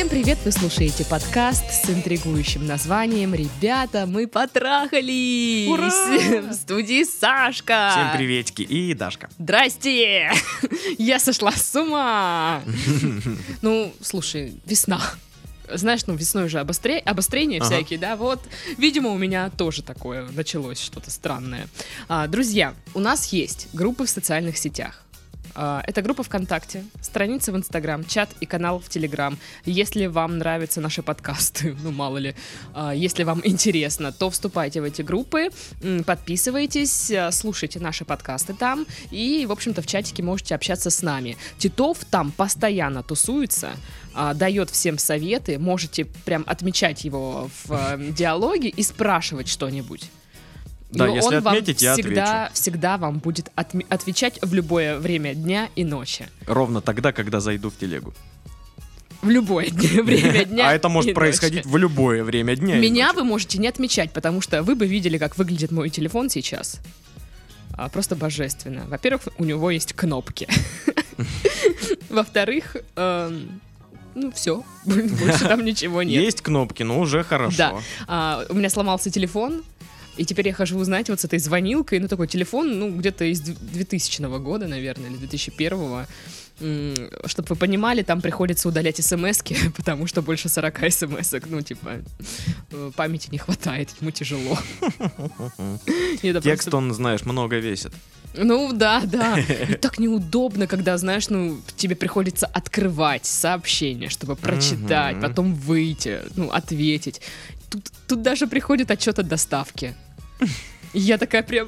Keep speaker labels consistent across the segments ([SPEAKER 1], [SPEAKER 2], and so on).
[SPEAKER 1] Всем привет! Вы слушаете подкаст с интригующим названием «Ребята, мы потрахались!»
[SPEAKER 2] Ура!
[SPEAKER 1] В студии Сашка!
[SPEAKER 2] Всем приветики и Дашка.
[SPEAKER 1] Здрасте! Я сошла с ума! Ну, слушай, весна. Знаешь, весной уже обострения всякие, да, вот, видимо, у меня тоже такое началось, что-то странное. Друзья, у нас есть группы в социальных сетях. Это группа ВКонтакте, страница в Инстаграм, чат и канал в Телеграм. Если вам нравятся наши подкасты, мало ли, если вам интересно, то вступайте в эти группы, подписывайтесь, слушайте наши подкасты там и, в общем-то, в чатике можете общаться с нами. Титов там постоянно тусуется, дает всем советы, можете прям отмечать его в диалоге и спрашивать что-нибудь.
[SPEAKER 2] Да,
[SPEAKER 1] и
[SPEAKER 2] если
[SPEAKER 1] он
[SPEAKER 2] отметить, я
[SPEAKER 1] всегда вам будет отвечать в любое время дня и ночи.
[SPEAKER 2] Ровно тогда, когда зайду в телегу.
[SPEAKER 1] В любое время дня.
[SPEAKER 2] А это может происходить в любое время дня.
[SPEAKER 1] Меня вы можете не отмечать, потому что вы бы видели, как выглядит мой телефон сейчас. Просто божественно. Во-первых, у него есть кнопки. Во-вторых, все, больше там ничего нет.
[SPEAKER 2] Есть кнопки, но уже хорошо.
[SPEAKER 1] Да. У меня сломался телефон. И теперь я хожу, знаете, вот с этой звонилкой, такой телефон, где-то из 2000 года, наверное, или 2001. Чтобы вы понимали, там приходится удалять смс-ки, потому что больше 40 смс-ок, памяти не хватает, ему тяжело.
[SPEAKER 2] Текст, он, знаешь, много весит.
[SPEAKER 1] Да. И так неудобно, когда, знаешь, тебе приходится открывать сообщение, чтобы прочитать, потом выйти, ответить. Тут даже приходит отчет от доставки. И я такая прям,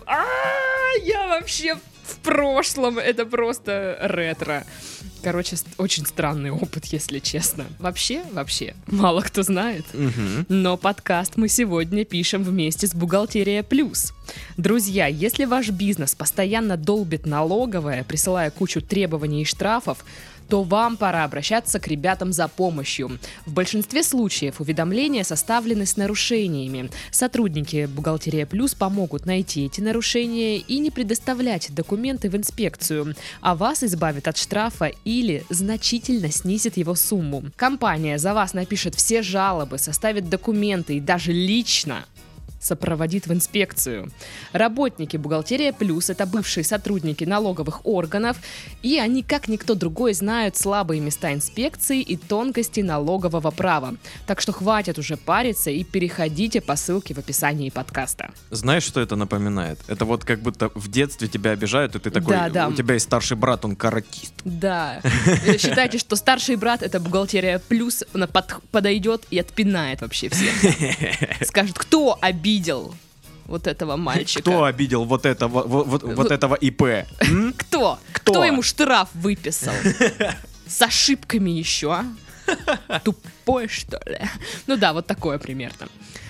[SPEAKER 1] я вообще в прошлом, это просто ретро. Короче, очень странный опыт, если честно. Вообще, мало кто знает. Но подкаст мы сегодня пишем вместе с Бухгалтерия Плюс. Друзья, если ваш бизнес постоянно долбит налоговая, присылая кучу требований и штрафов, то вам пора обращаться к ребятам за помощью. В большинстве случаев уведомления составлены с нарушениями. Сотрудники Бухгалтерия Плюс помогут найти эти нарушения и не предоставлять документы в инспекцию, а вас избавят от штрафа или значительно снизит его сумму. Компания за вас напишет все жалобы, составит документы и даже лично сопроводит в инспекцию. Работники Бухгалтерия Плюс — это бывшие сотрудники налоговых органов, и они, как никто другой, знают слабые места инспекции и тонкости налогового права. Так что хватит уже париться и переходите по ссылке в описании подкаста.
[SPEAKER 2] Знаешь, что это напоминает? Это вот как будто в детстве тебя обижают, и ты такой,
[SPEAKER 1] Да.
[SPEAKER 2] у тебя есть старший брат, он каратист.
[SPEAKER 1] Да. Считайте, что старший брат — это Бухгалтерия Плюс, она подойдет и отпинает вообще всех. Скажет, кто обидел вот этого мальчика.
[SPEAKER 2] Кто обидел вот этого ИП?
[SPEAKER 1] Кто? Кто ему штраф выписал? С ошибками еще, Тупой, что ли? Вот такое примерно.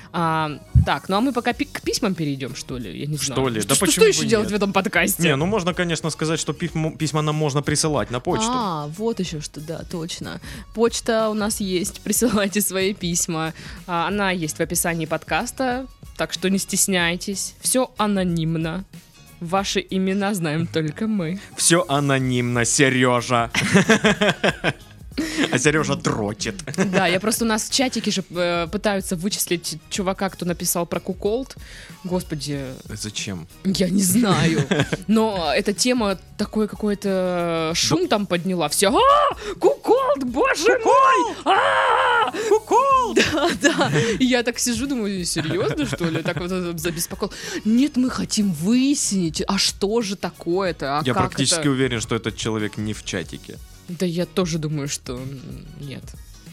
[SPEAKER 1] Так, а мы пока к письмам перейдем, что ли? Я не знаю.
[SPEAKER 2] Что ли? Да
[SPEAKER 1] что
[SPEAKER 2] почему
[SPEAKER 1] еще
[SPEAKER 2] бы
[SPEAKER 1] делать
[SPEAKER 2] нет?
[SPEAKER 1] в этом подкасте?
[SPEAKER 2] Можно, конечно, сказать, что письма нам можно присылать на почту.
[SPEAKER 1] Вот еще что, да, точно. Почта у нас есть, присылайте свои письма. Она есть в описании подкаста, так что не стесняйтесь. Все анонимно. Ваши имена знаем только мы.
[SPEAKER 2] Все анонимно, Сережа. А Сережа дрочит.
[SPEAKER 1] Да, у нас в чатике же пытаются вычислить чувака, кто написал про куколд. Господи.
[SPEAKER 2] Зачем?
[SPEAKER 1] Я не знаю. Но эта тема такой какой-то шум там подняла. Все, куколд, боже мой!
[SPEAKER 2] Куколд!
[SPEAKER 1] Да. И я так сижу, думаю, серьезно, что ли? Так вот забеспокоил. Нет, мы хотим выяснить, а что же такое-то?
[SPEAKER 2] Я практически уверен, что этот человек не в чатике.
[SPEAKER 1] Да я тоже думаю, что нет.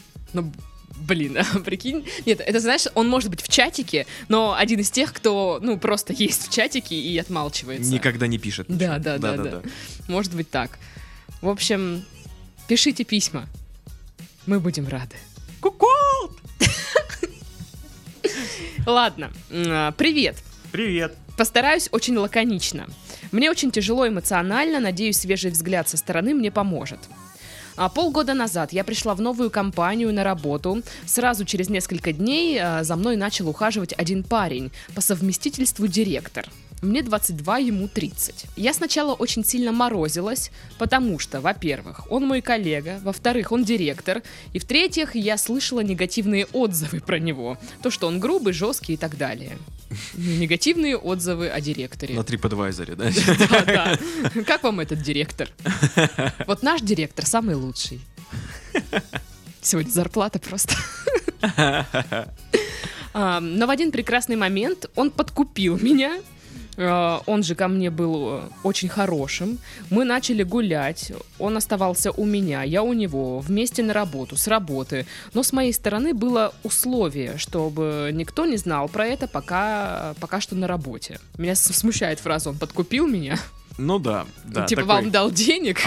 [SPEAKER 1] Прикинь. Нет, это, знаешь, он может быть в чатике, но один из тех, кто, просто есть в чатике и отмалчивается.
[SPEAKER 2] Никогда не пишет.
[SPEAKER 1] Да. Может быть так. В общем, пишите письма. Мы будем рады.
[SPEAKER 2] Куколд!
[SPEAKER 1] Ладно, привет.
[SPEAKER 2] Привет.
[SPEAKER 1] Постараюсь очень лаконично. Мне очень тяжело эмоционально, надеюсь, свежий взгляд со стороны мне поможет. Полгода назад я пришла в новую компанию на работу. Сразу через несколько дней за мной начал ухаживать один парень, по совместительству директор. Мне 22, ему 30. Я сначала очень сильно морозилась, потому что, во-первых, он мой коллега, во-вторых, он директор, и в-третьих, я слышала негативные отзывы про него. То, что он грубый, жесткий и так далее. Негативные отзывы о директоре.
[SPEAKER 2] На TripAdvisor, да?
[SPEAKER 1] Да. Как вам этот директор? Вот наш директор самый лучший. Сегодня зарплата просто. Но в один прекрасный момент он подкупил меня. Он же ко мне был очень хорошим. Мы начали гулять. Он оставался у меня, я у него. Вместе на работу, с работы. Но с моей стороны было условие, чтобы никто не знал про это пока что на работе. Меня смущает фраза «он подкупил меня».
[SPEAKER 2] Ну да.
[SPEAKER 1] Типа
[SPEAKER 2] такой...
[SPEAKER 1] вам дал денег,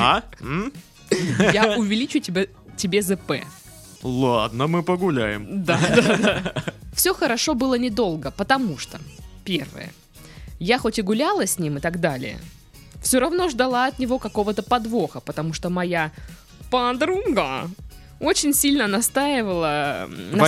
[SPEAKER 1] я увеличу тебе ЗП.
[SPEAKER 2] Ладно, мы погуляем.
[SPEAKER 1] Да. Все хорошо было недолго, потому что, первое, я хоть и гуляла с ним и так далее, все равно ждала от него какого-то подвоха, потому что моя подруга очень сильно настаивала...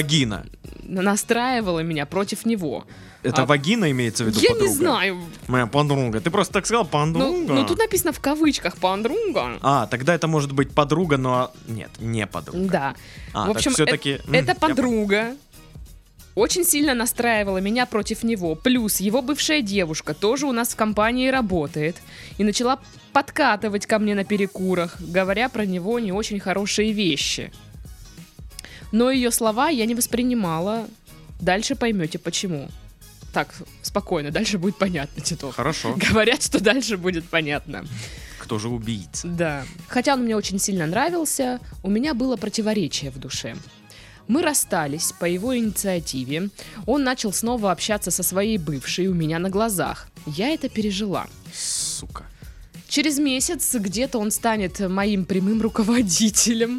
[SPEAKER 1] Настраивала меня против него.
[SPEAKER 2] Это вагина имеется в виду,
[SPEAKER 1] я
[SPEAKER 2] подруга?
[SPEAKER 1] Не знаю.
[SPEAKER 2] Моя подруга. Ты просто так сказал, подруга.
[SPEAKER 1] Ну, тут написано в кавычках подруга.
[SPEAKER 2] Тогда это может быть подруга, но... Нет, не подруга.
[SPEAKER 1] Да. В общем,
[SPEAKER 2] все-таки...
[SPEAKER 1] эта подруга очень сильно настраивала меня против него. Плюс его бывшая девушка тоже у нас в компании работает. И начала подкатывать ко мне на перекурах, говоря про него не очень хорошие вещи. Но ее слова я не воспринимала. Дальше поймете почему. Так, спокойно, дальше будет понятно, Титов.
[SPEAKER 2] Хорошо.
[SPEAKER 1] Говорят, что дальше будет понятно.
[SPEAKER 2] Кто же убийца?
[SPEAKER 1] Да. Хотя он мне очень сильно нравился, у меня было противоречие в душе. Мы расстались по его инициативе. Он начал снова общаться со своей бывшей у меня на глазах. Я это пережила.
[SPEAKER 2] Сука.
[SPEAKER 1] Через месяц где-то он станет моим прямым руководителем.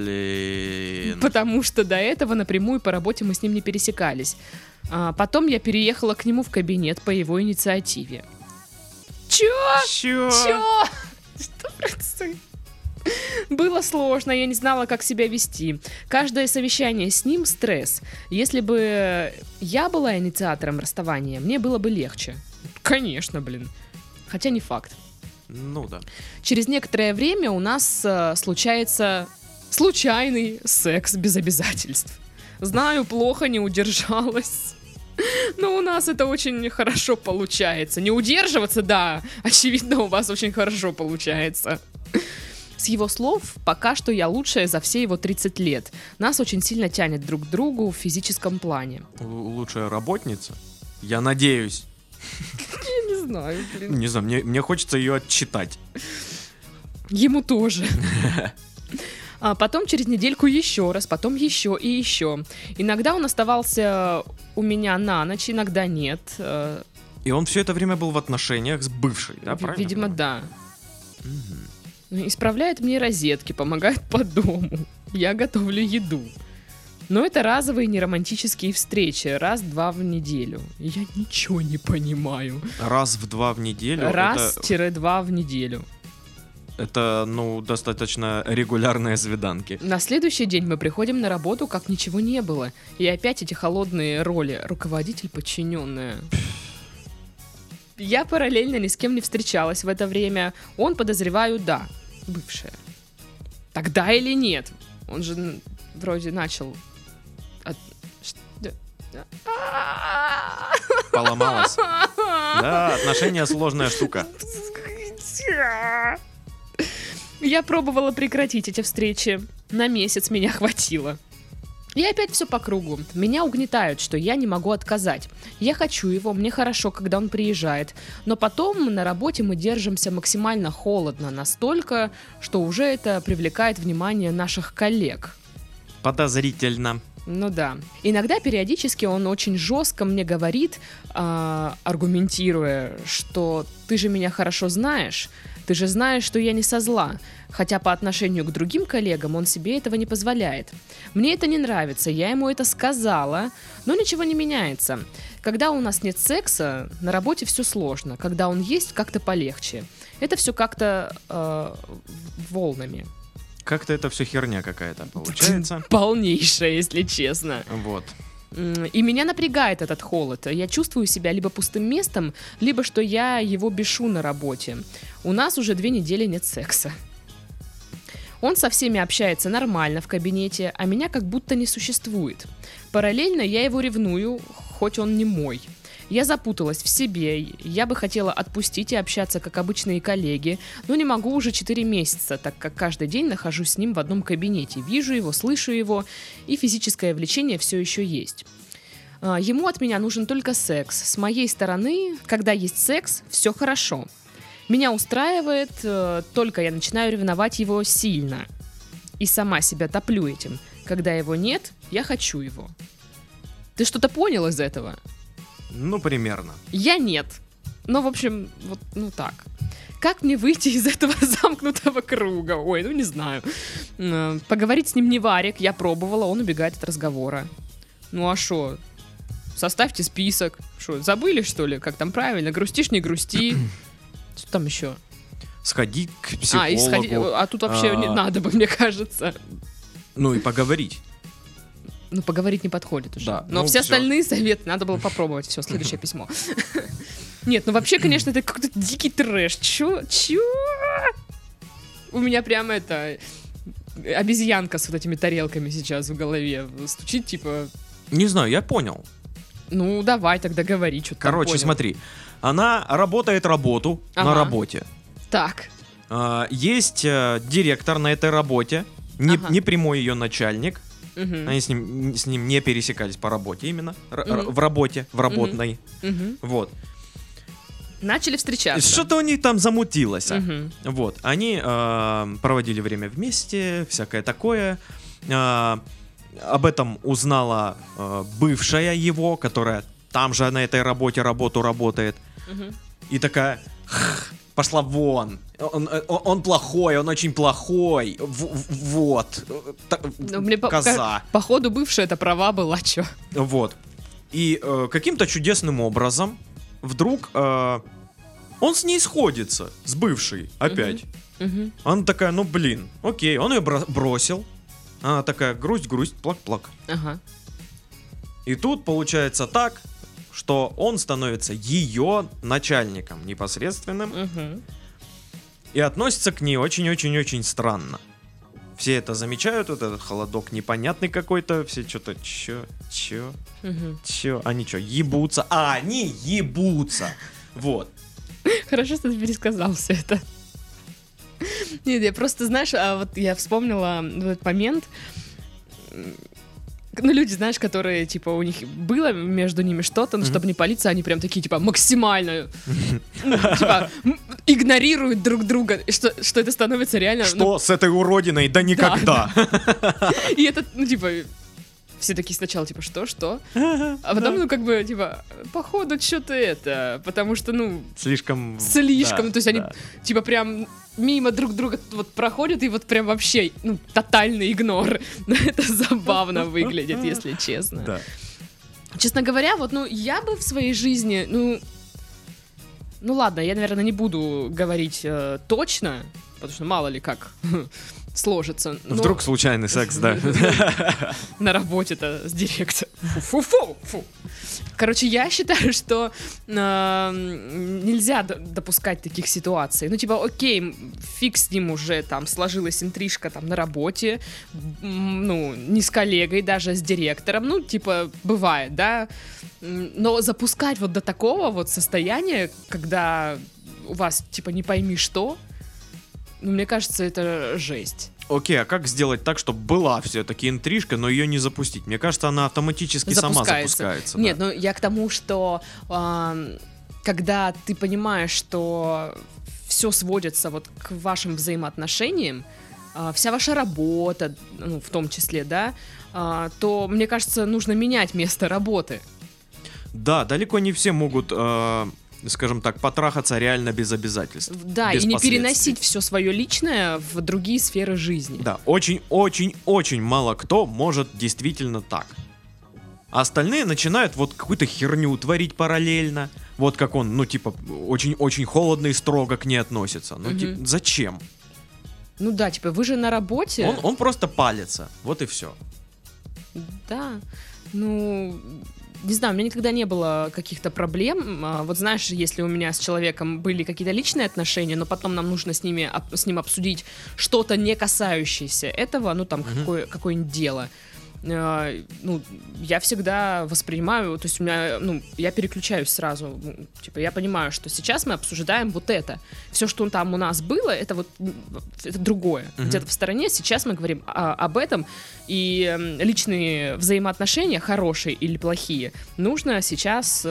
[SPEAKER 2] Блин.
[SPEAKER 1] Потому что до этого напрямую по работе мы с ним не пересекались. Потом я переехала к нему в кабинет по его инициативе. Чё? Что происходит? Было сложно, я не знала, как себя вести. Каждое совещание с ним — стресс. Если бы я была инициатором расставания, мне было бы легче. Конечно, блин. Хотя не факт.
[SPEAKER 2] Ну да.
[SPEAKER 1] Через некоторое время у нас случается случайный секс без обязательств. Знаю, плохо, не удержалась. Но у нас это очень хорошо получается. Не удерживаться, да, очевидно, у вас очень хорошо получается. С его слов, пока что я лучшая за все его 30 лет. Нас очень сильно тянет друг к другу в физическом плане.
[SPEAKER 2] Лучшая работница? Я надеюсь.
[SPEAKER 1] Я не знаю, блин.
[SPEAKER 2] Не знаю, мне хочется ее отчитать.
[SPEAKER 1] Ему тоже. А потом через недельку еще раз, потом еще и еще. Иногда он оставался у меня на ночь, иногда нет.
[SPEAKER 2] И он все это время был в отношениях с бывшей, да, правильно?
[SPEAKER 1] Видимо, да. Исправляет мне розетки, помогает по дому. Я готовлю еду. Но это разовые неромантические встречи, раз-два в неделю. Я ничего не понимаю.
[SPEAKER 2] Раз-два в неделю?
[SPEAKER 1] Раз-два в неделю.
[SPEAKER 2] Это, достаточно регулярные свиданки.
[SPEAKER 1] На следующий день мы приходим на работу, как ничего не было. И опять эти холодные роли. Руководитель-подчиненная. Я параллельно ни с кем не встречалась в это время. Он, подозреваю, да, бывшая. Тогда или нет? Он же вроде начал...
[SPEAKER 2] Поломалась. Да, отношения сложная штука.
[SPEAKER 1] Я пробовала прекратить эти встречи. На месяц меня хватило. И опять все по кругу. Меня угнетают, что я не могу отказать. Я хочу его, мне хорошо, когда он приезжает. Но потом на работе мы держимся максимально холодно. Настолько, что уже это привлекает внимание наших коллег.
[SPEAKER 2] Подозрительно.
[SPEAKER 1] Ну да. Иногда периодически он очень жестко мне говорит, аргументируя, что ты же меня хорошо знаешь. Ты же знаешь, что я не со зла. Хотя по отношению к другим коллегам он себе этого не позволяет. Мне это не нравится, я ему это сказала, но ничего не меняется. Когда у нас нет секса, на работе все сложно. Когда он есть, как-то полегче. Это все как-то волнами.
[SPEAKER 2] как-то это все херня какая-то получается.
[SPEAKER 1] Полнейшая, если честно.
[SPEAKER 2] Вот.
[SPEAKER 1] И меня напрягает этот холод. Я чувствую себя либо пустым местом, либо что я его бешу на работе. У нас уже 2 недели нет секса. Он со всеми общается нормально в кабинете, а меня как будто не существует. Параллельно я его ревную, хоть он не мой. Я запуталась в себе, я бы хотела отпустить и общаться, как обычные коллеги, но не могу уже 4 месяца, так как каждый день нахожусь с ним в одном кабинете, вижу его, слышу его, и физическое влечение все еще есть. Ему от меня нужен только секс. С моей стороны, когда есть секс, все хорошо. Меня устраивает, только я начинаю ревновать его сильно. И сама себя топлю этим. Когда его нет, я хочу его. Ты что-то понял из этого?
[SPEAKER 2] Ну, примерно.
[SPEAKER 1] Я нет. Ну, в общем, вот, ну так. Как мне выйти из этого замкнутого круга? Ой, ну не знаю. Поговорить с ним не варик, я пробовала, он убегает от разговора. Ну а шо? Составьте список. Шо, забыли, что ли? Как там правильно? Грустишь, не грусти. Что там еще?
[SPEAKER 2] Сходить к психологу.
[SPEAKER 1] А тут вообще не надо бы, мне кажется.
[SPEAKER 2] Ну и поговорить.
[SPEAKER 1] Ну, поговорить не подходит уже.
[SPEAKER 2] Да,
[SPEAKER 1] но
[SPEAKER 2] ну,
[SPEAKER 1] все
[SPEAKER 2] всё.
[SPEAKER 1] остальные советы надо было попробовать. Все, следующее письмо. Нет, ну вообще, конечно, это какой-то дикий трэш. Чё? У меня прямо это... Обезьянка с вот этими тарелками сейчас в голове стучит, типа...
[SPEAKER 2] Не знаю, я понял.
[SPEAKER 1] Ну, давай тогда говори, что ты там
[SPEAKER 2] Короче,
[SPEAKER 1] понял.
[SPEAKER 2] смотри. Она работает работу на работе.
[SPEAKER 1] Так.
[SPEAKER 2] Есть директор на этой работе. Не прямой ее начальник.
[SPEAKER 1] Мгм.
[SPEAKER 2] Они с ним не пересекались по работе именно.
[SPEAKER 1] Мгм.
[SPEAKER 2] В работе, в работной.
[SPEAKER 1] Мгм.
[SPEAKER 2] Вот.
[SPEAKER 1] Начали встречаться.
[SPEAKER 2] Что-то у них там замутилось.
[SPEAKER 1] Мгм.
[SPEAKER 2] Вот. Они проводили время вместе, всякое такое. Об этом узнала бывшая его, которая там же на этой работу работает.
[SPEAKER 1] Мгм.
[SPEAKER 2] И такая... Пошла вон. Он плохой, он очень плохой. Вот.
[SPEAKER 1] Ну, мне
[SPEAKER 2] Коза.
[SPEAKER 1] Походу, бывшая это права была, чё.
[SPEAKER 2] Вот. И каким-то чудесным образом вдруг он с ней сходится, с бывшей, опять.
[SPEAKER 1] Мгм.
[SPEAKER 2] Она такая, ну блин, окей, он ее бросил. Она такая, грусть, плак.
[SPEAKER 1] Ага.
[SPEAKER 2] И тут получается так, что он становится ее начальником непосредственным
[SPEAKER 1] Мгм.
[SPEAKER 2] и относится к ней очень-очень-очень странно. Все это замечают, вот этот холодок непонятный какой-то, все что-то, чё, они что, ебутся? Они ебутся! Вот.
[SPEAKER 1] Хорошо, что ты пересказал все это. Нет, я просто, знаешь, вот я вспомнила в этот момент. Ну, люди, знаешь, которые, типа, у них было между ними что-то, но чтобы не палиться, они прям такие, типа, максимально, типа, игнорируют друг друга, и что это становится реально...
[SPEAKER 2] Что с этой уродиной? Да никогда!
[SPEAKER 1] И это, ну, типа, все такие сначала, типа, что? А потом, ну, как бы, типа, походу, что-то это, потому что, ну...
[SPEAKER 2] Слишком...
[SPEAKER 1] То есть они, типа, прям мимо друг друга вот проходят, и вот прям вообще, ну, тотальный игнор. Это забавно выглядит, если честно.
[SPEAKER 2] Да.
[SPEAKER 1] Честно говоря, вот, ну, я бы в своей жизни, ну ладно, я, наверное, не буду говорить точно, потому что мало ли как сложится. Но...
[SPEAKER 2] Вдруг случайный секс, да.
[SPEAKER 1] На работе-то с директором. Фу. Короче, я считаю, что нельзя допускать таких ситуаций. Ну, типа, окей, фиг с ним уже, там, сложилась интрижка там на работе, ну, не с коллегой, даже с директором, ну, типа, бывает, да. Но запускать вот до такого вот состояния, когда у вас, типа, не пойми что, ну, мне кажется, это жесть.
[SPEAKER 2] Окей, а как сделать так, чтобы была все-таки интрижка, но ее не запустить? Мне кажется, она автоматически сама запускается.
[SPEAKER 1] Нет,
[SPEAKER 2] да.
[SPEAKER 1] ну я к тому, что когда ты понимаешь, что все сводится вот к вашим взаимоотношениям, вся ваша работа, ну, в том числе, да, то, мне кажется, нужно менять место работы.
[SPEAKER 2] Да, далеко не все могут... скажем так, потрахаться реально без обязательств.
[SPEAKER 1] Да,
[SPEAKER 2] без
[SPEAKER 1] и не
[SPEAKER 2] последствий.
[SPEAKER 1] переносить все свое личное в другие сферы жизни.
[SPEAKER 2] Да, очень-очень-очень мало кто может действительно так. А остальные начинают вот какую-то херню творить параллельно. Вот как он, ну, типа, очень-очень холодно и строго к ней относится. Ну, типа, зачем?
[SPEAKER 1] Ну да, типа, вы же на работе.
[SPEAKER 2] Он просто палится, вот и все.
[SPEAKER 1] Да, ну, не знаю, у меня никогда не было каких-то проблем. Вот знаешь, если у меня с человеком были какие-то личные отношения, но потом нам нужно с ним обсудить что-то, не касающееся этого, ну там какое-нибудь дело. Ну, я всегда воспринимаю, то есть у меня, ну, я переключаюсь сразу, типа, я понимаю, что сейчас мы обсуждаем вот это, все, что там у нас было, это вот, это другое, где-то в стороне, сейчас мы говорим об этом, и личные взаимоотношения, хорошие или плохие, нужно сейчас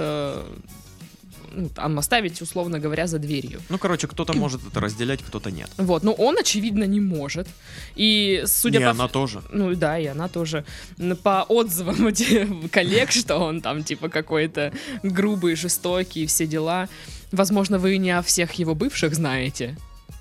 [SPEAKER 1] там оставить, условно говоря, за дверью.
[SPEAKER 2] Ну, короче, кто-то может это разделять, кто-то нет.
[SPEAKER 1] Вот, но он, очевидно, не может. И судя по...
[SPEAKER 2] она тоже.
[SPEAKER 1] Ну, да, и она тоже. По отзывам коллег, что он там, типа, какой-то грубый, жестокий, все дела. Возможно, вы не о всех его бывших знаете.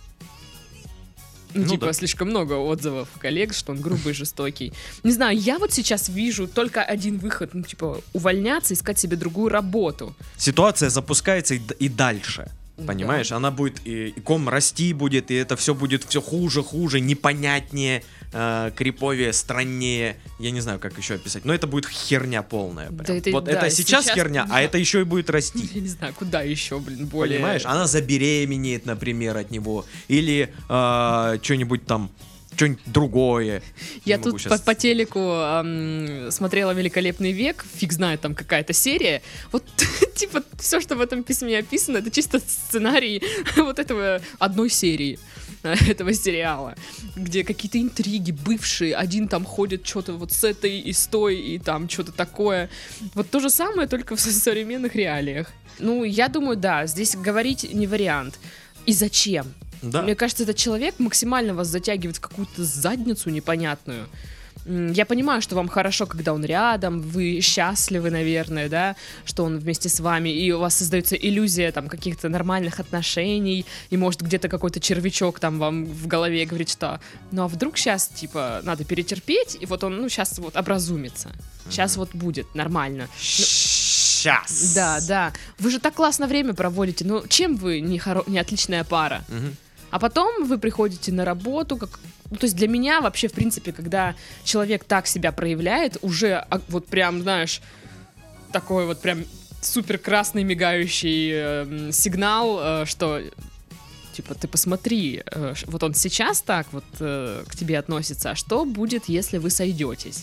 [SPEAKER 1] Ну, типа, да. Слишком много отзывов коллег, что он грубый, жестокий. Не знаю, я вот сейчас вижу только один выход, ну, типа, увольняться, искать себе другую работу.
[SPEAKER 2] Ситуация запускается и дальше. Понимаешь, да. Она будет, и ком расти будет, и это все будет все хуже, непонятнее, криповее, страннее. Я не знаю, как еще описать, но это будет херня полная. Прям. Да, это сейчас херня, да. А это еще и будет расти.
[SPEAKER 1] Я не знаю, куда еще, более...
[SPEAKER 2] Понимаешь, она забеременеет, например, от него, или что-нибудь там, что-нибудь другое.
[SPEAKER 1] Я тут сейчас... по телеку смотрела «Великолепный век», фиг знает, там какая-то серия. Вот, типа, все, что в этом письме описано, это чисто сценарий вот этого одной серии, этого сериала, где какие-то интриги бывшие, один там ходит что-то вот с этой и с той, и там что-то такое. Вот то же самое, только в современных реалиях. Ну, я думаю, да, здесь говорить не вариант. И зачем? Да. Мне кажется, этот человек максимально вас затягивает в какую-то задницу непонятную. Я понимаю, что вам хорошо, когда он рядом, вы счастливы, наверное, да, что он вместе с вами, и у вас создается иллюзия там каких-то нормальных отношений, и может где-то какой-то червячок там вам в голове говорит, что ну а вдруг сейчас, типа, надо перетерпеть, и вот он, ну, сейчас вот образумится, сейчас вот будет нормально.
[SPEAKER 2] Сейчас.
[SPEAKER 1] Да. Вы же так классно время проводите, ну чем вы не отличная пара? А потом вы приходите на работу, ну, то есть для меня вообще, в принципе, когда человек так себя проявляет, уже вот прям, знаешь, такой вот прям супер красный мигающий сигнал, что, типа, ты посмотри, вот он сейчас так вот к тебе относится, а что будет, если вы сойдетесь?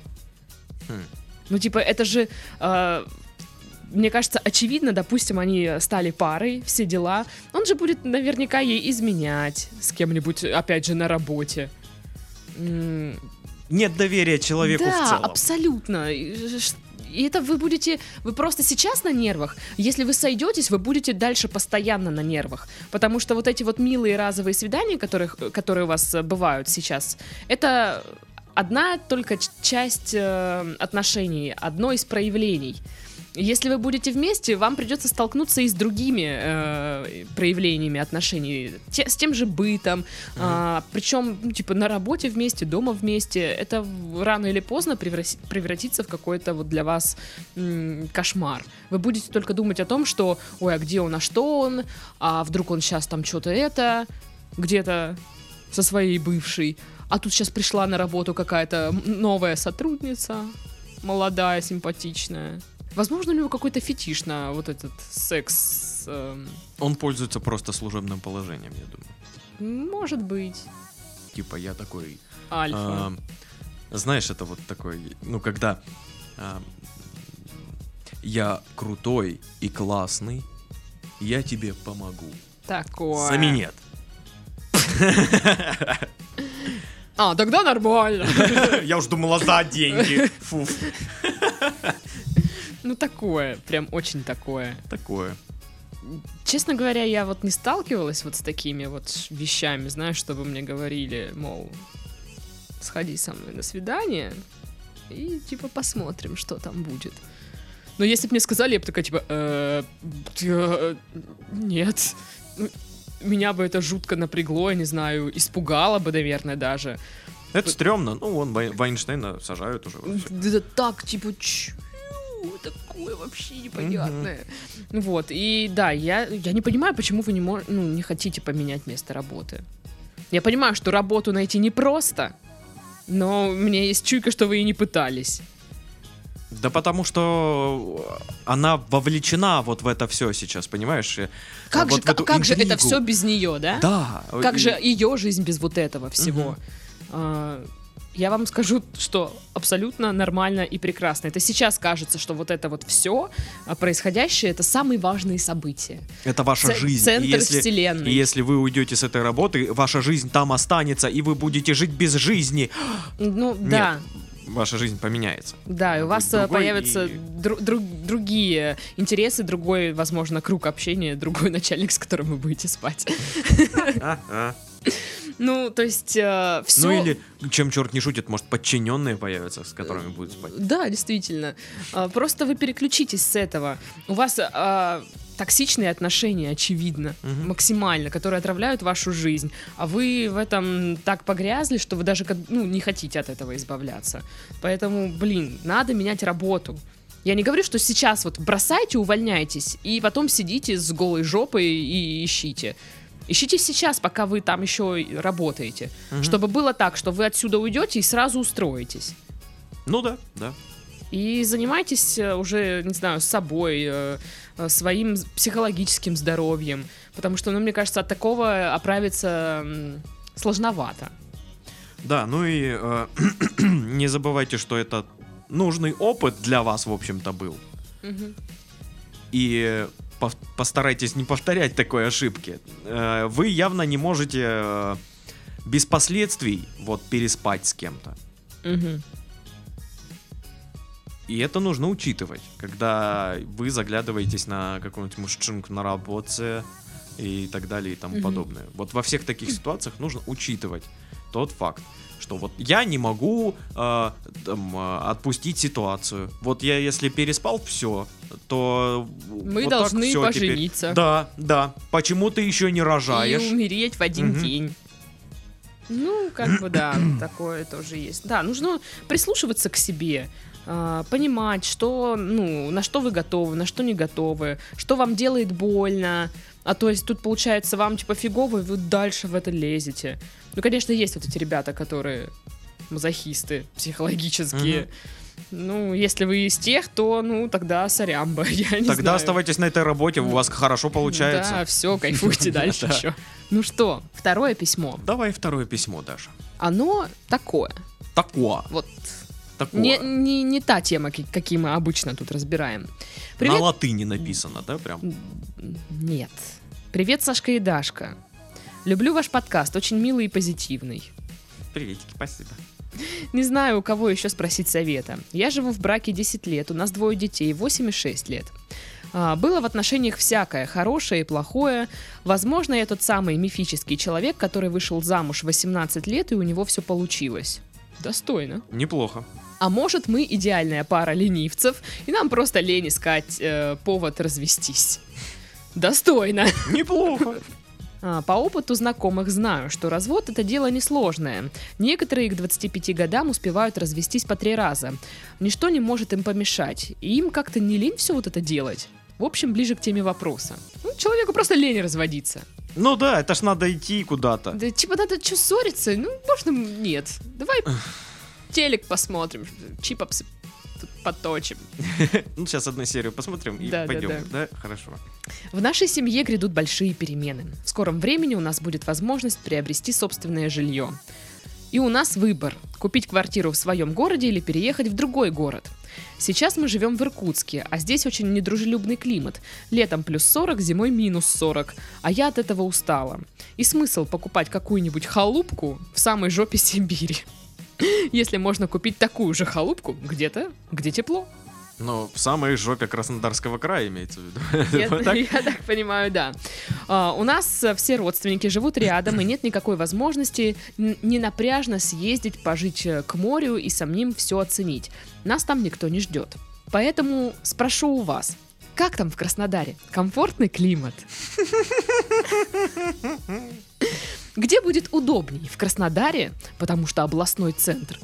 [SPEAKER 1] Ну, типа, это же... Мне кажется, очевидно, допустим, они стали парой, все дела. Он же будет наверняка ей изменять с кем-нибудь, опять же, на работе.
[SPEAKER 2] Нет доверия человеку в целом.
[SPEAKER 1] Да, абсолютно. И это вы просто сейчас на нервах. Если вы сойдетесь, вы будете дальше постоянно на нервах. Потому что вот эти вот милые разовые свидания, которые у вас бывают сейчас, это одна только часть отношений, одно из проявлений. Если вы будете вместе, вам придется столкнуться и с другими проявлениями отношений, с тем же бытом, причем, ну, типа, на работе вместе, дома вместе. Это рано или поздно превратится в какой-то вот для вас кошмар. Вы будете только думать о том, что, ой, а где он, а что он, а вдруг он сейчас там что-то где-то со своей бывшей, а тут сейчас пришла на работу какая-то новая сотрудница, молодая, симпатичная. Возможно, у него какой-то фетиш на вот этот секс.
[SPEAKER 2] Он пользуется просто служебным положением, я думаю.
[SPEAKER 1] Может быть.
[SPEAKER 2] Типа я такой...
[SPEAKER 1] Альфа.
[SPEAKER 2] Знаешь, это вот такой... Ну, когда я крутой и классный, я тебе помогу.
[SPEAKER 1] Такое.
[SPEAKER 2] За минет.
[SPEAKER 1] Тогда нормально.
[SPEAKER 2] Я уж думала за деньги. Фу.
[SPEAKER 1] Ну, такое, прям очень такое.
[SPEAKER 2] Такое.
[SPEAKER 1] Честно говоря, я вот не сталкивалась вот с такими вот вещами, знаешь, чтобы мне говорили, мол, сходи со мной на свидание и, типа, посмотрим, что там будет. Но если бы мне сказали, я бы такая, типа, нет. Меня бы это жутко напрягло, я не знаю, испугало бы, наверное, даже.
[SPEAKER 2] Это стрёмно. Ну, вон Вайнштейна сажают уже.
[SPEAKER 1] Да так, типа, такое вообще непонятное. Вот, и да, я не понимаю, почему вы не хотите поменять место работы. Я понимаю, что работу найти непросто, но у меня есть чуйка, что вы и не пытались.
[SPEAKER 2] Да потому что она вовлечена вот в это все сейчас, понимаешь?
[SPEAKER 1] Как
[SPEAKER 2] вот
[SPEAKER 1] же это все без нее, да?
[SPEAKER 2] Да.
[SPEAKER 1] Как же ее жизнь без вот этого всего? Я вам скажу, что абсолютно нормально и прекрасно. Это сейчас кажется, что вот это вот все происходящее, это самые важные события.
[SPEAKER 2] Это ваша жизнь.
[SPEAKER 1] Центр вселенной.
[SPEAKER 2] И если вы уйдете с этой работы, ваша жизнь там останется, и вы будете жить без жизни.
[SPEAKER 1] Ну,
[SPEAKER 2] Нет,
[SPEAKER 1] да.
[SPEAKER 2] ваша жизнь поменяется.
[SPEAKER 1] Да, и у вас появятся другие интересы, другой, возможно, круг общения, другой начальник, с которым вы будете спать. Ну, то есть, все...
[SPEAKER 2] Ну, или, чем черт не шутит, может, подчиненные появятся, с которыми будет спать.
[SPEAKER 1] Да, действительно. Просто вы переключитесь с этого. У вас токсичные отношения, очевидно, максимально, которые отравляют вашу жизнь. А вы в этом так погрязли, что вы даже не хотите от этого избавляться. Поэтому, надо менять работу. Я не говорю, что сейчас вот бросайте, увольняйтесь, и потом сидите с голой жопой и ищите. Ищите сейчас, пока вы там еще работаете. Чтобы было так, что вы отсюда уйдете и сразу устроитесь.
[SPEAKER 2] Ну да, да.
[SPEAKER 1] И занимайтесь уже, не знаю, собой, своим психологическим здоровьем. Потому что, мне кажется, от такого оправиться сложновато.
[SPEAKER 2] Да, ну и не забывайте, что это нужный опыт для вас, в общем-то, был. И постарайтесь не повторять такой ошибки. Вы явно не можете без последствий переспать с кем-то. И это нужно учитывать, когда вы заглядываетесь на какую-нибудь мужчинку на работе и так далее и тому подобное. Вот во всех таких ситуациях нужно учитывать тот факт, что вот я не могу отпустить ситуацию. Вот я, если переспал, все, то
[SPEAKER 1] мы должны пожениться.
[SPEAKER 2] Теперь. Да. Почему ты еще не рожаешь?
[SPEAKER 1] И умереть в один день. Ну, как бы да, такое тоже есть. Да, нужно прислушиваться к себе, понимать, что, на что вы готовы, на что не готовы, что вам делает больно. А то есть тут получается вам типа фигово, и вы дальше в это лезете. Ну, конечно, есть вот эти ребята, которые мазохисты психологические. Ну, если вы из тех, то, тогда сорямба, я не знаю.
[SPEAKER 2] Тогда оставайтесь на этой работе, у вас хорошо получается.
[SPEAKER 1] Да, все, кайфуйте дальше еще. Ну что, второе письмо.
[SPEAKER 2] Давай второе письмо, Даша.
[SPEAKER 1] Оно такое. Вот. Не та тема, какие мы обычно тут разбираем.
[SPEAKER 2] Привет. На латыни написано, да, прям?
[SPEAKER 1] Нет. Привет, Сашка и Дашка. Люблю ваш подкаст, очень милый и позитивный.
[SPEAKER 2] Приветики, спасибо.
[SPEAKER 1] Не знаю, у кого еще спросить совета. Я живу в браке 10 лет, у нас 2 детей, 8 и 6 лет. Было в отношениях всякое, хорошее и плохое. Возможно, я тот самый мифический человек, который вышел замуж в 18 лет, и у него все получилось. Достойно.
[SPEAKER 2] Неплохо.
[SPEAKER 1] А может, мы идеальная пара ленивцев, и нам просто лень искать повод развестись. Достойно.
[SPEAKER 2] Неплохо.
[SPEAKER 1] По опыту знакомых знаю, что развод — это дело несложное. Некоторые к 25 годам успевают развестись по 3 раза. Ничто не может им помешать. И им как-то не лень все вот это делать. В общем, ближе к теме вопроса. Человеку просто лень разводиться.
[SPEAKER 2] Ну да, это ж надо идти куда-то.
[SPEAKER 1] Да типа надо что, ссориться? Можно нет. Давай телек посмотрим, чипопсы поточим.
[SPEAKER 2] Ну, сейчас одну серию посмотрим и пойдем. Да, хорошо.
[SPEAKER 1] В нашей семье грядут большие перемены. В скором времени у нас будет возможность приобрести собственное жилье. И у нас выбор – купить квартиру в своем городе или переехать в другой город. Сейчас мы живем в Иркутске, а здесь очень недружелюбный климат. Летом плюс 40, зимой минус 40. А я от этого устала. И смысл покупать какую-нибудь халупку в самой жопе Сибири, если можно купить такую же халупку где-то, где тепло.
[SPEAKER 2] Ну, в самой жопе Краснодарского края имеется в виду.
[SPEAKER 1] Я так понимаю, да. У нас все родственники живут рядом, и нет никакой возможности ненапряжно съездить, пожить к морю и самим все оценить. Нас там никто не ждет. Поэтому спрошу у вас, как там в Краснодаре? Комфортный климат? Где будет удобней? В Краснодаре, потому что областной центр.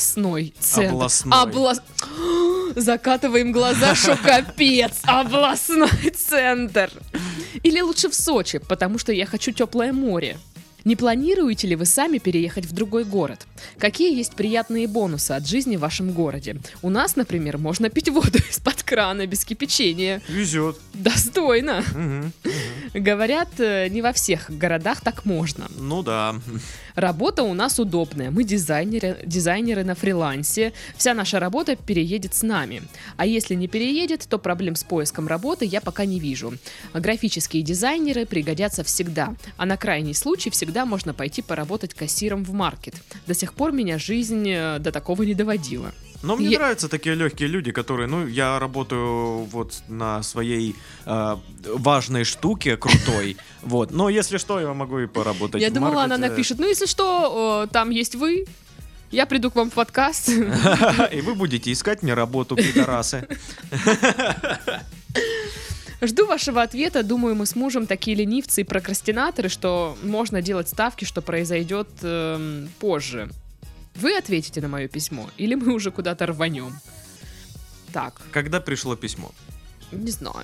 [SPEAKER 1] Закатываем глаза, шо капец. Областной центр. Или лучше в Сочи, потому что я хочу теплое море. Не планируете ли вы сами переехать в другой город? Какие есть приятные бонусы от жизни в вашем городе? У нас, например, можно пить воду из-под крана без кипячения.
[SPEAKER 2] Везет.
[SPEAKER 1] Достойно. Говорят, не во всех городах так можно.
[SPEAKER 2] Ну да.
[SPEAKER 1] Работа у нас удобная. Мы дизайнеры на фрилансе. Вся наша работа переедет с нами. А если не переедет, то проблем с поиском работы я пока не вижу. Графические дизайнеры пригодятся всегда. А на крайний случай всегда можно пойти поработать кассиром в маркет. До сих пор меня жизнь до такого не доводила.
[SPEAKER 2] Но мне нравятся такие легкие люди, которые, ну, я работаю вот на своей важной штуке крутой, вот, но если что, я могу и поработать.
[SPEAKER 1] Я думала, она напишет, ну, если что, там есть вы, я приду к вам в подкаст.
[SPEAKER 2] И вы будете искать мне работу, пидорасы.
[SPEAKER 1] Жду вашего ответа. Думаю, мы с мужем такие ленивцы и прокрастинаторы, что можно делать ставки, что произойдет позже. Вы ответите на мое письмо, или мы уже куда-то рванем? Так.
[SPEAKER 2] Когда пришло письмо?
[SPEAKER 1] Не знаю.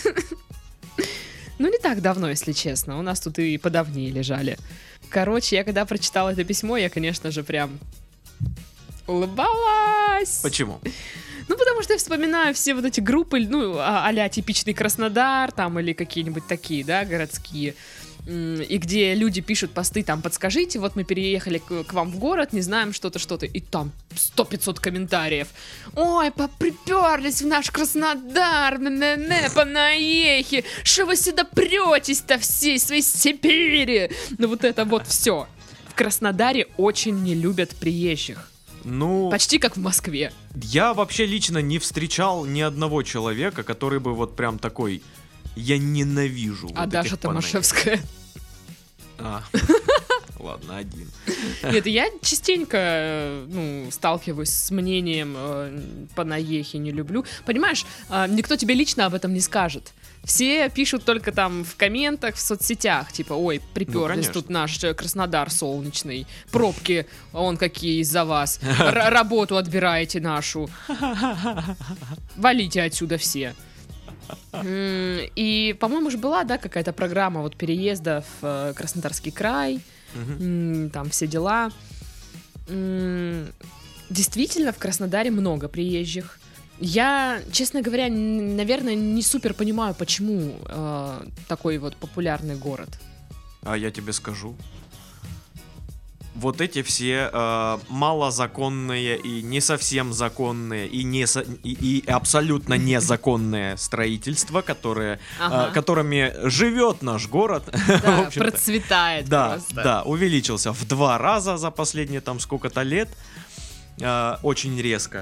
[SPEAKER 1] Ну, не так давно, если честно. У нас тут и подавнее лежали. Короче, я когда прочитала это письмо, я, конечно же, прям улыбалась.
[SPEAKER 2] Почему?
[SPEAKER 1] Ну, потому что я вспоминаю все вот эти группы, ну, а-ля типичный Краснодар, там, или какие-нибудь такие, да, городские. И где люди пишут посты, там, подскажите, вот мы переехали к вам в город, не знаем что-то, и там 100-500 комментариев. Ой, поприперлись в наш Краснодар, по наехе, что вы сюда претесь-то всей своей Сибири? Ну, вот это вот все. В Краснодаре очень не любят приезжих.
[SPEAKER 2] Ну,
[SPEAKER 1] почти как в Москве.
[SPEAKER 2] Я вообще лично не встречал ни одного человека, который бы вот прям такой: я ненавижу.
[SPEAKER 1] А
[SPEAKER 2] вот
[SPEAKER 1] Даша Томашевская.
[SPEAKER 2] Ладно, один.
[SPEAKER 1] Нет, я частенько, ну, сталкиваюсь с мнением по наехе не люблю. Понимаешь, никто тебе лично об этом не скажет. Все пишут только там в комментах, в соцсетях, типа, ой, приперлись, ну, тут наш Краснодар солнечный, пробки, он какие из-за вас, работу отбираете нашу, валите отсюда все. И, по-моему, же была, да, какая-то программа вот переезда в Краснодарский край, там все дела. Действительно, в Краснодаре много приезжих. Я, честно говоря, наверное, не супер понимаю, почему такой вот популярный город.
[SPEAKER 2] А я тебе скажу. Вот эти все малозаконные и не совсем законные и абсолютно незаконные строительства, которыми живет наш город.
[SPEAKER 1] Да, процветает.
[SPEAKER 2] Да,
[SPEAKER 1] просто.
[SPEAKER 2] Да, увеличился в 2 раза за последние там сколько-то лет. Очень резко.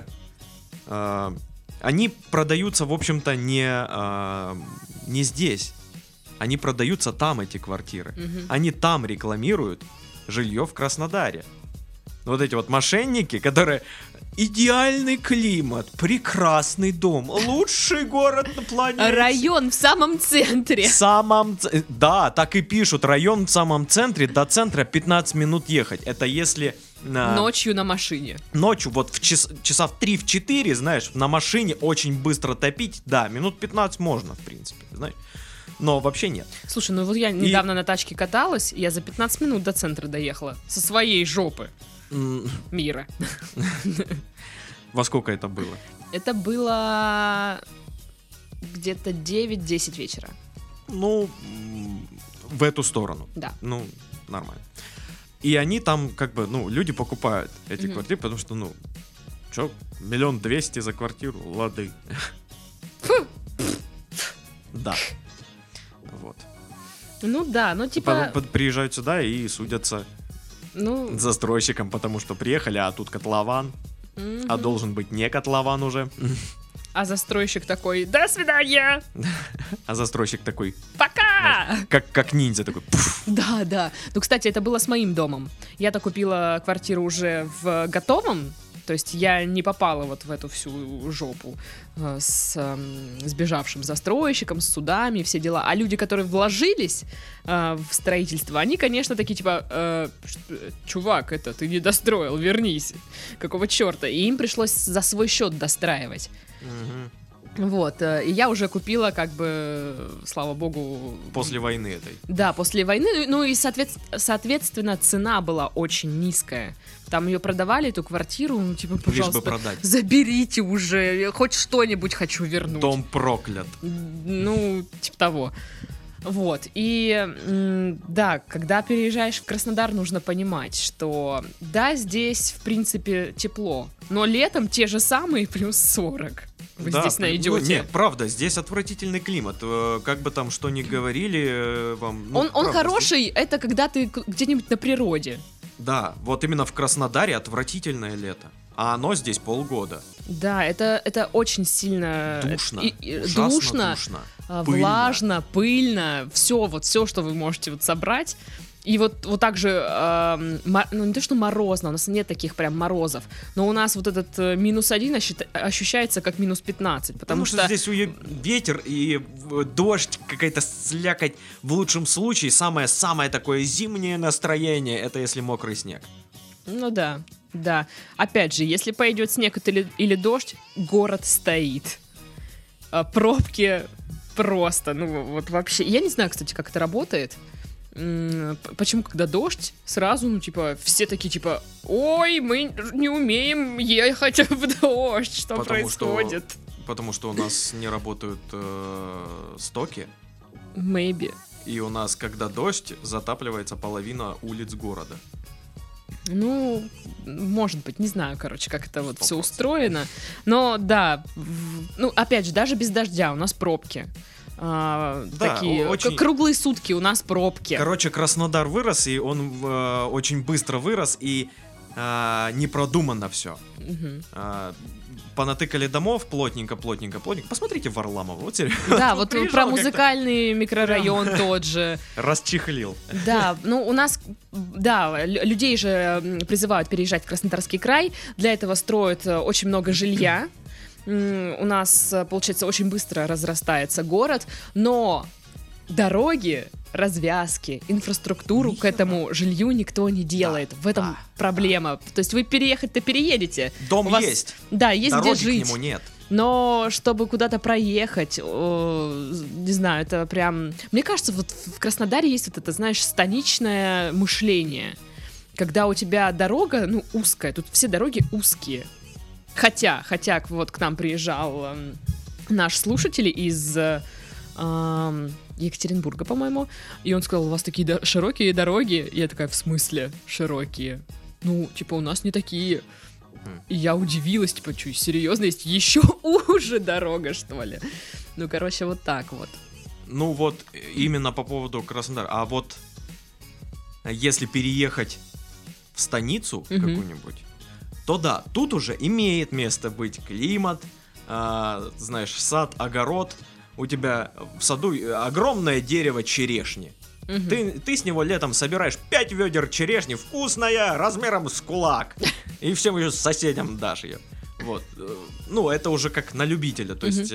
[SPEAKER 2] Они продаются, в общем-то, не здесь. Они продаются там, эти квартиры. Они там рекламируют жилье в Краснодаре. Вот эти вот мошенники, которые... Идеальный климат, прекрасный дом, лучший город на планете.
[SPEAKER 1] Район в самом центре.
[SPEAKER 2] Да, так и пишут. Район в самом центре, до центра 15 минут ехать. Это если...
[SPEAKER 1] Ночью на машине.
[SPEAKER 2] Ночью, вот в часа в 3-4, знаешь, на машине очень быстро топить. Да, минут 15 можно, в принципе, знаешь. Но вообще нет.
[SPEAKER 1] Слушай, ну вот я недавно на тачке каталась, и я за 15 минут до центра доехала. Со своей жопы. Мира.
[SPEAKER 2] Во сколько это было?
[SPEAKER 1] Это было где-то 9-10 вечера.
[SPEAKER 2] Ну, в эту сторону.
[SPEAKER 1] Да.
[SPEAKER 2] Ну, нормально. И они там, как бы, ну, люди покупают эти квартиры, потому что, ну, чё, 1 200 000 за квартиру, лады. Да. Вот.
[SPEAKER 1] Ну да, ну типа...
[SPEAKER 2] Приезжают сюда и судятся с застройщиком, потому что приехали, а тут котлован, а должен быть не котлован уже.
[SPEAKER 1] А застройщик такой: до свидания!
[SPEAKER 2] А застройщик такой:
[SPEAKER 1] пока!
[SPEAKER 2] Как ниндзя такой. Пуф.
[SPEAKER 1] Да, да. Ну, кстати, это было с моим домом. Я-то купила квартиру уже в готовом. То есть я не попала вот в эту всю жопу с сбежавшим застройщиком, с судами, все дела. А люди, которые вложились в строительство, они, конечно, такие типа: чувак, это ты не достроил, вернись. Какого черта? И им пришлось за свой счет достраивать. Вот, и я уже купила, как бы, слава богу...
[SPEAKER 2] После войны этой.
[SPEAKER 1] Да, после войны, ну и, соответственно, цена была очень низкая. Там ее продавали, эту квартиру, ну, типа, пожалуйста,
[SPEAKER 2] лишь бы продать.
[SPEAKER 1] Заберите уже, я хоть что-нибудь хочу вернуть.
[SPEAKER 2] Дом проклят.
[SPEAKER 1] Ну, типа того. Вот, и да, когда переезжаешь в Краснодар, нужно понимать, что да, здесь, в принципе, тепло, но летом те же самые плюс 40 вы здесь найдете.
[SPEAKER 2] Ну, нет, правда, здесь отвратительный климат. Как бы там что ни говорили вам... Ну,
[SPEAKER 1] он хороший, это когда ты где-нибудь на природе.
[SPEAKER 2] Да, вот именно в Краснодаре отвратительное лето. А оно здесь полгода.
[SPEAKER 1] Да, это очень сильно...
[SPEAKER 2] Душно.
[SPEAKER 1] Душно, влажно, пыльно. Все, что вы можете вот собрать. И вот так же, ну не то, что морозно, у нас нет таких прям морозов, но у нас вот этот -1 ощущается как -15, потому что
[SPEAKER 2] здесь ветер и дождь, какая-то слякоть, в лучшем случае самое такое зимнее настроение, это если мокрый снег.
[SPEAKER 1] Ну да, да. Опять же, если пойдет снег или дождь, город стоит. Пробки просто, ну вот вообще. Я не знаю, кстати, как это работает. Почему, когда дождь, сразу, ну, типа, все такие, типа, ой, мы не умеем ехать в дождь, что происходит?
[SPEAKER 2] Потому что у нас не работают стоки.
[SPEAKER 1] Maybe.
[SPEAKER 2] И у нас, когда дождь, затапливается половина улиц города.
[SPEAKER 1] Ну, может быть, не знаю, короче, как это вот все устроено. Но, да, ну, опять же, даже без дождя у нас пробки. Да, такие очень... круглые сутки у нас пробки.
[SPEAKER 2] Короче, Краснодар вырос, и он очень быстро вырос, и непродуманно все. Понатыкали домов плотненько. Посмотрите Варламова, вот серьезно.
[SPEAKER 1] Да, вот про музыкальный микрорайон тот же.
[SPEAKER 2] Расчехлил.
[SPEAKER 1] Да, ну у нас, да, людей же призывают переезжать в Краснодарский край. Для этого строят очень много жилья. У нас, получается, очень быстро разрастается город, но дороги, развязки, инфраструктуру к этому жилью никто не делает. В этом проблема. То есть вы переехать-то переедете.
[SPEAKER 2] Дом есть.
[SPEAKER 1] Да, есть
[SPEAKER 2] дороги
[SPEAKER 1] где жить.
[SPEAKER 2] К нему нет.
[SPEAKER 1] Но чтобы куда-то проехать, не знаю, это прям... Мне кажется, вот в Краснодаре есть вот это, знаешь, станичное мышление. Когда у тебя дорога, ну, узкая. Тут все дороги узкие. Хотя вот к нам приезжал наш слушатель из Екатеринбурга, по-моему, и он сказал, у вас такие широкие дороги. И я такая, в смысле широкие? Ну, типа, у нас не такие. И я удивилась, типа, что, серьезно, есть еще уже дорога, что ли? Ну, короче, вот так вот.
[SPEAKER 2] Ну, вот именно по поводу Краснодара. А вот если переехать в станицу какую-нибудь, то да, тут уже имеет место быть климат, знаешь, сад, огород. У тебя в саду огромное дерево черешни. Ты с него летом собираешь 5 ведер черешни, вкусная, размером с кулак. И всем еще соседям дашь ее. Вот. Ну, это уже как на любителя. То есть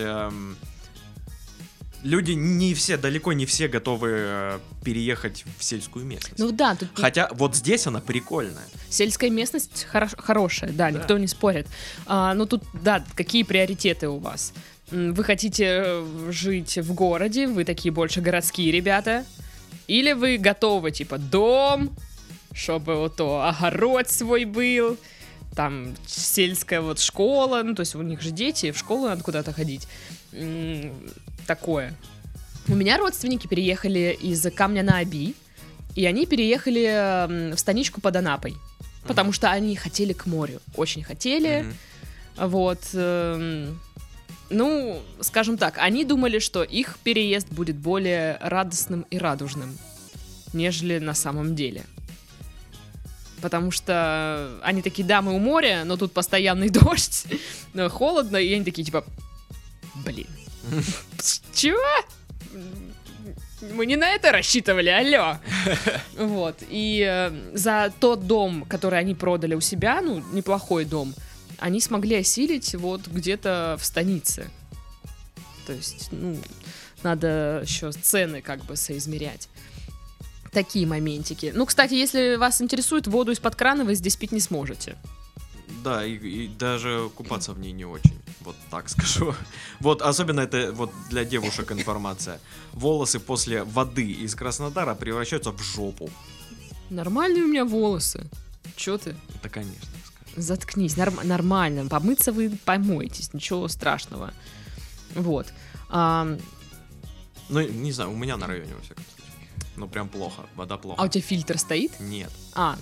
[SPEAKER 2] люди далеко не все готовы переехать в сельскую местность.
[SPEAKER 1] Ну да.
[SPEAKER 2] Хотя вот здесь она прикольная.
[SPEAKER 1] Сельская местность хорошая, да, никто не спорит. Ну тут, да, какие приоритеты у вас? Вы хотите жить в городе, вы такие больше городские ребята? Или вы готовы, типа, дом, чтобы вот огород свой был, там сельская вот школа, ну то есть у них же дети, в школу надо куда-то ходить. Такое. У меня родственники переехали из Камня-на-Оби, и они переехали в станичку под Анапой, потому что они хотели к морю, очень хотели. Вот. Ну, скажем так, они думали, что их переезд будет более радостным и радужным, нежели на самом деле. Потому что они такие, да, мы у моря, но тут постоянный дождь, холодно, и они такие, типа, блин, чего? Мы не на это рассчитывали, алло. Вот, и за тот дом, который они продали у себя, ну, неплохой дом, они смогли осилить вот где-то в станице. То есть, ну, надо еще цены как бы соизмерять. Такие моментики. Ну, кстати, если вас интересует, воду из-под крана вы здесь пить не сможете.
[SPEAKER 2] Да, и даже купаться в ней не очень. Вот так скажу. Вот, особенно это вот для девушек информация. Волосы после воды из Краснодара превращаются в жопу.
[SPEAKER 1] Нормальные у меня волосы. Чё ты?
[SPEAKER 2] Это, конечно, скажу.
[SPEAKER 1] Заткнись, нормально. Помыться вы помоетесь, ничего страшного. Вот.
[SPEAKER 2] Ну, не знаю, у меня на районе, во всяком случае. Ну, прям плохо, вода плохо.
[SPEAKER 1] А у тебя фильтр стоит?
[SPEAKER 2] Нет.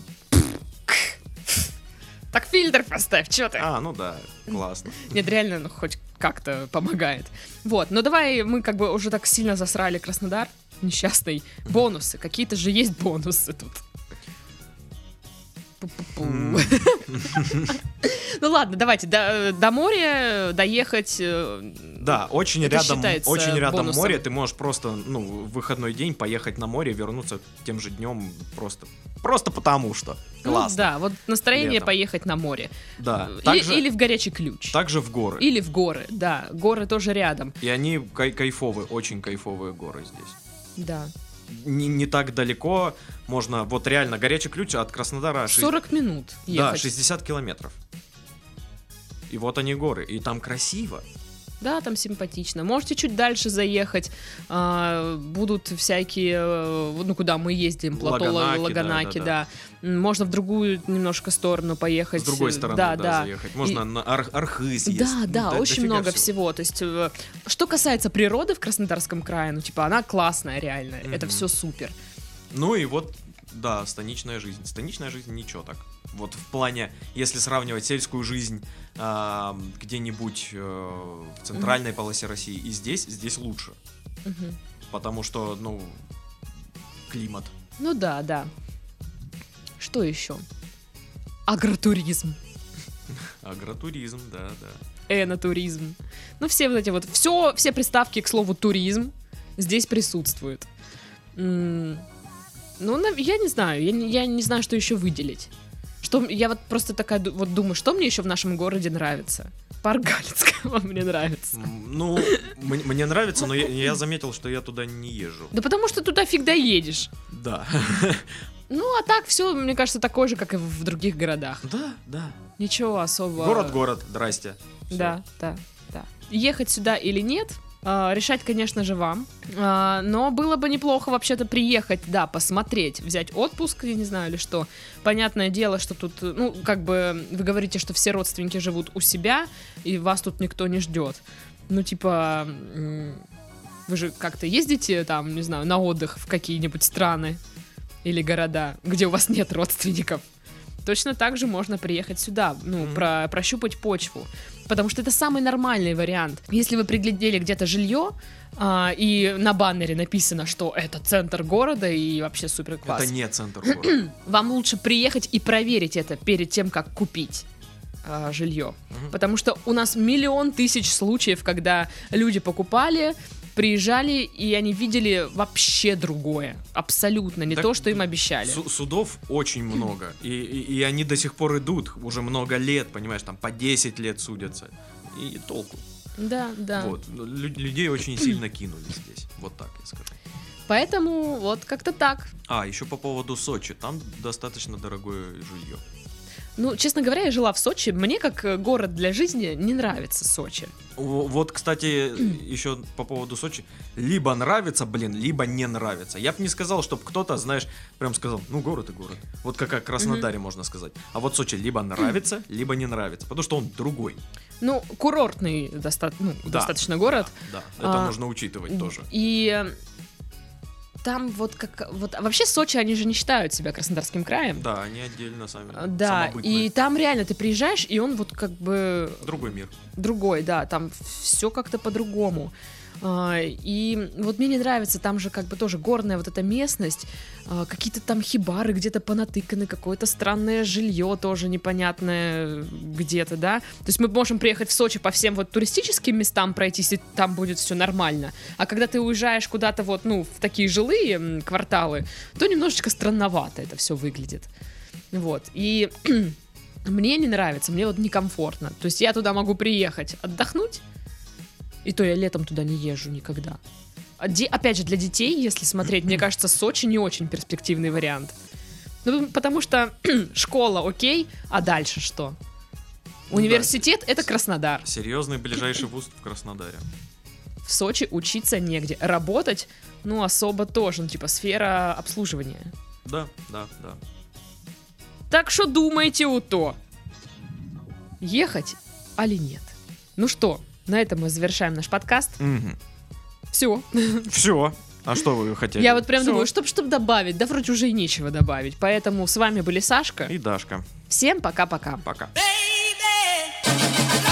[SPEAKER 1] Так фильтр поставь, чё ты?
[SPEAKER 2] Ну да, классно.
[SPEAKER 1] Нет, реально, ну, хоть как-то помогает. Вот, но давай мы как бы уже так сильно засрали Краснодар, несчастный. Бонусы, какие-то же есть бонусы тут. Ну ладно, давайте, до моря доехать.
[SPEAKER 2] Да, очень рядом
[SPEAKER 1] бонусом.
[SPEAKER 2] море, ты можешь просто, ну, в выходной день поехать на море, вернуться тем же днем просто потому что. Классно.
[SPEAKER 1] Ну, да, вот настроение
[SPEAKER 2] Летом.
[SPEAKER 1] поехать на море.
[SPEAKER 2] Да.
[SPEAKER 1] Или в горячий ключ.
[SPEAKER 2] Также в горы.
[SPEAKER 1] Или в горы, да, горы тоже рядом.
[SPEAKER 2] И они кайфовые, очень кайфовые горы здесь.
[SPEAKER 1] Да.
[SPEAKER 2] Не так далеко, можно, вот реально, горячий ключ от Краснодара
[SPEAKER 1] 40 минут ехать.
[SPEAKER 2] Да, 60 километров. И вот они горы, и там красиво.
[SPEAKER 1] Да, там симпатично. Можете чуть дальше заехать. Будут всякие, ну, куда мы ездим, плато Лаганаки, да. Можно в другую немножко сторону поехать.
[SPEAKER 2] С другой стороны, да, заехать. Можно на Архыз есть.
[SPEAKER 1] Да, очень много всего. То есть, что касается природы в Краснодарском крае, ну, типа, она классная, реально. Это все супер.
[SPEAKER 2] Ну и вот, да, станичная жизнь. Станичная жизнь ничего так. Вот в плане, если сравнивать сельскую жизнь где-нибудь в центральной полосе России и здесь лучше. Потому что, ну, климат.
[SPEAKER 1] Ну да. Что еще? Агротуризм.
[SPEAKER 2] Агротуризм, да.
[SPEAKER 1] Энотуризм. Ну, все вот эти вот, все приставки к слову туризм здесь присутствуют. Ну, я не знаю, я не знаю, что еще выделить. Я вот просто такая вот думаю, что мне еще в нашем городе нравится? Парк Галицкого мне нравится.
[SPEAKER 2] Ну, мне нравится, но я заметил, что я туда не езжу.
[SPEAKER 1] Да потому что туда фиг доедешь.
[SPEAKER 2] Да.
[SPEAKER 1] Ну, а так все, мне кажется, такое же, как и в других городах.
[SPEAKER 2] Да.
[SPEAKER 1] Ничего особого.
[SPEAKER 2] Город, здрасте. Всё.
[SPEAKER 1] Да. Ехать сюда или нет, решать, конечно же, вам. Но было бы неплохо вообще-то приехать, да, посмотреть, взять отпуск, я не знаю, или что. Понятное дело, что тут, ну, как бы, вы говорите, что все родственники живут у себя, и вас тут никто не ждет. Ну, типа, вы же как-то ездите, там, не знаю, на отдых в какие-нибудь страны или города, где у вас нет родственников. Точно так же можно приехать сюда, ну, прощупать почву. Потому что это самый нормальный вариант. Если вы приглядели где-то жилье, и на баннере написано, что это центр города и вообще супер класс.
[SPEAKER 2] Это не центр города.
[SPEAKER 1] Вам лучше приехать и проверить это перед тем, как купить жилье. Потому что у нас 1 000 000 случаев, когда люди покупали, приезжали, и они видели вообще другое. Абсолютно не
[SPEAKER 2] так
[SPEAKER 1] то, что им обещали.
[SPEAKER 2] Судов очень много. И они до сих пор идут. Уже много лет, понимаешь, там по 10 лет судятся. И толку.
[SPEAKER 1] Да.
[SPEAKER 2] Вот. Людей очень сильно кинули здесь. Вот так я скажу.
[SPEAKER 1] Поэтому вот как-то так.
[SPEAKER 2] Еще по поводу Сочи. Там достаточно дорогое жилье.
[SPEAKER 1] Ну, честно говоря, я жила в Сочи. Мне, как город для жизни, не нравится Сочи.
[SPEAKER 2] Вот, кстати, еще по поводу Сочи. Либо нравится, либо не нравится. Я бы не сказал, чтобы кто-то, знаешь, прям сказал, ну, город и город. Вот как о Краснодаре можно сказать. А вот Сочи либо нравится, либо не нравится. Потому что он другой.
[SPEAKER 1] Ну, курортный достаточно город.
[SPEAKER 2] Да, это нужно учитывать тоже.
[SPEAKER 1] И там вот вообще Сочи, они же не считают себя Краснодарским краем.
[SPEAKER 2] Да, они отдельно сами.
[SPEAKER 1] Да,
[SPEAKER 2] самобытные.
[SPEAKER 1] и там реально ты приезжаешь, и он вот как бы...
[SPEAKER 2] Другой мир.
[SPEAKER 1] Другой, да, там все как-то по-другому. И вот мне не нравится, там же как бы тоже горная вот эта местность, какие-то там хибары где-то понатыканы, какое-то странное жилье тоже непонятное где-то, да. То есть мы можем приехать в Сочи по всем вот туристическим местам пройтись, и там будет все нормально. А когда ты уезжаешь куда-то вот, ну, в такие жилые кварталы, то немножечко странновато это все выглядит. Вот, и мне не нравится, мне вот некомфортно. То есть я туда могу приехать, отдохнуть, и то я летом туда не езжу никогда. Опять же, для детей, если смотреть, мне кажется, Сочи не очень перспективный вариант. Ну, потому что школа окей, а дальше что? Университет — это Краснодар.
[SPEAKER 2] Серьезный ближайший вуз в Краснодаре.
[SPEAKER 1] В Сочи учиться негде. Работать, ну, особо тоже, ну, типа, сфера обслуживания.
[SPEAKER 2] Да.
[SPEAKER 1] Так что думаете, Уто? Ехать али нет? Ну что, на этом мы завершаем наш подкаст. Все.
[SPEAKER 2] Все. А что вы хотели?
[SPEAKER 1] Я вот прям
[SPEAKER 2] Всё.
[SPEAKER 1] думаю, чтоб добавить, да вроде уже и нечего добавить. Поэтому с вами были Сашка
[SPEAKER 2] И Дашка.
[SPEAKER 1] Всем пока-пока.
[SPEAKER 2] Пока.
[SPEAKER 3] Baby,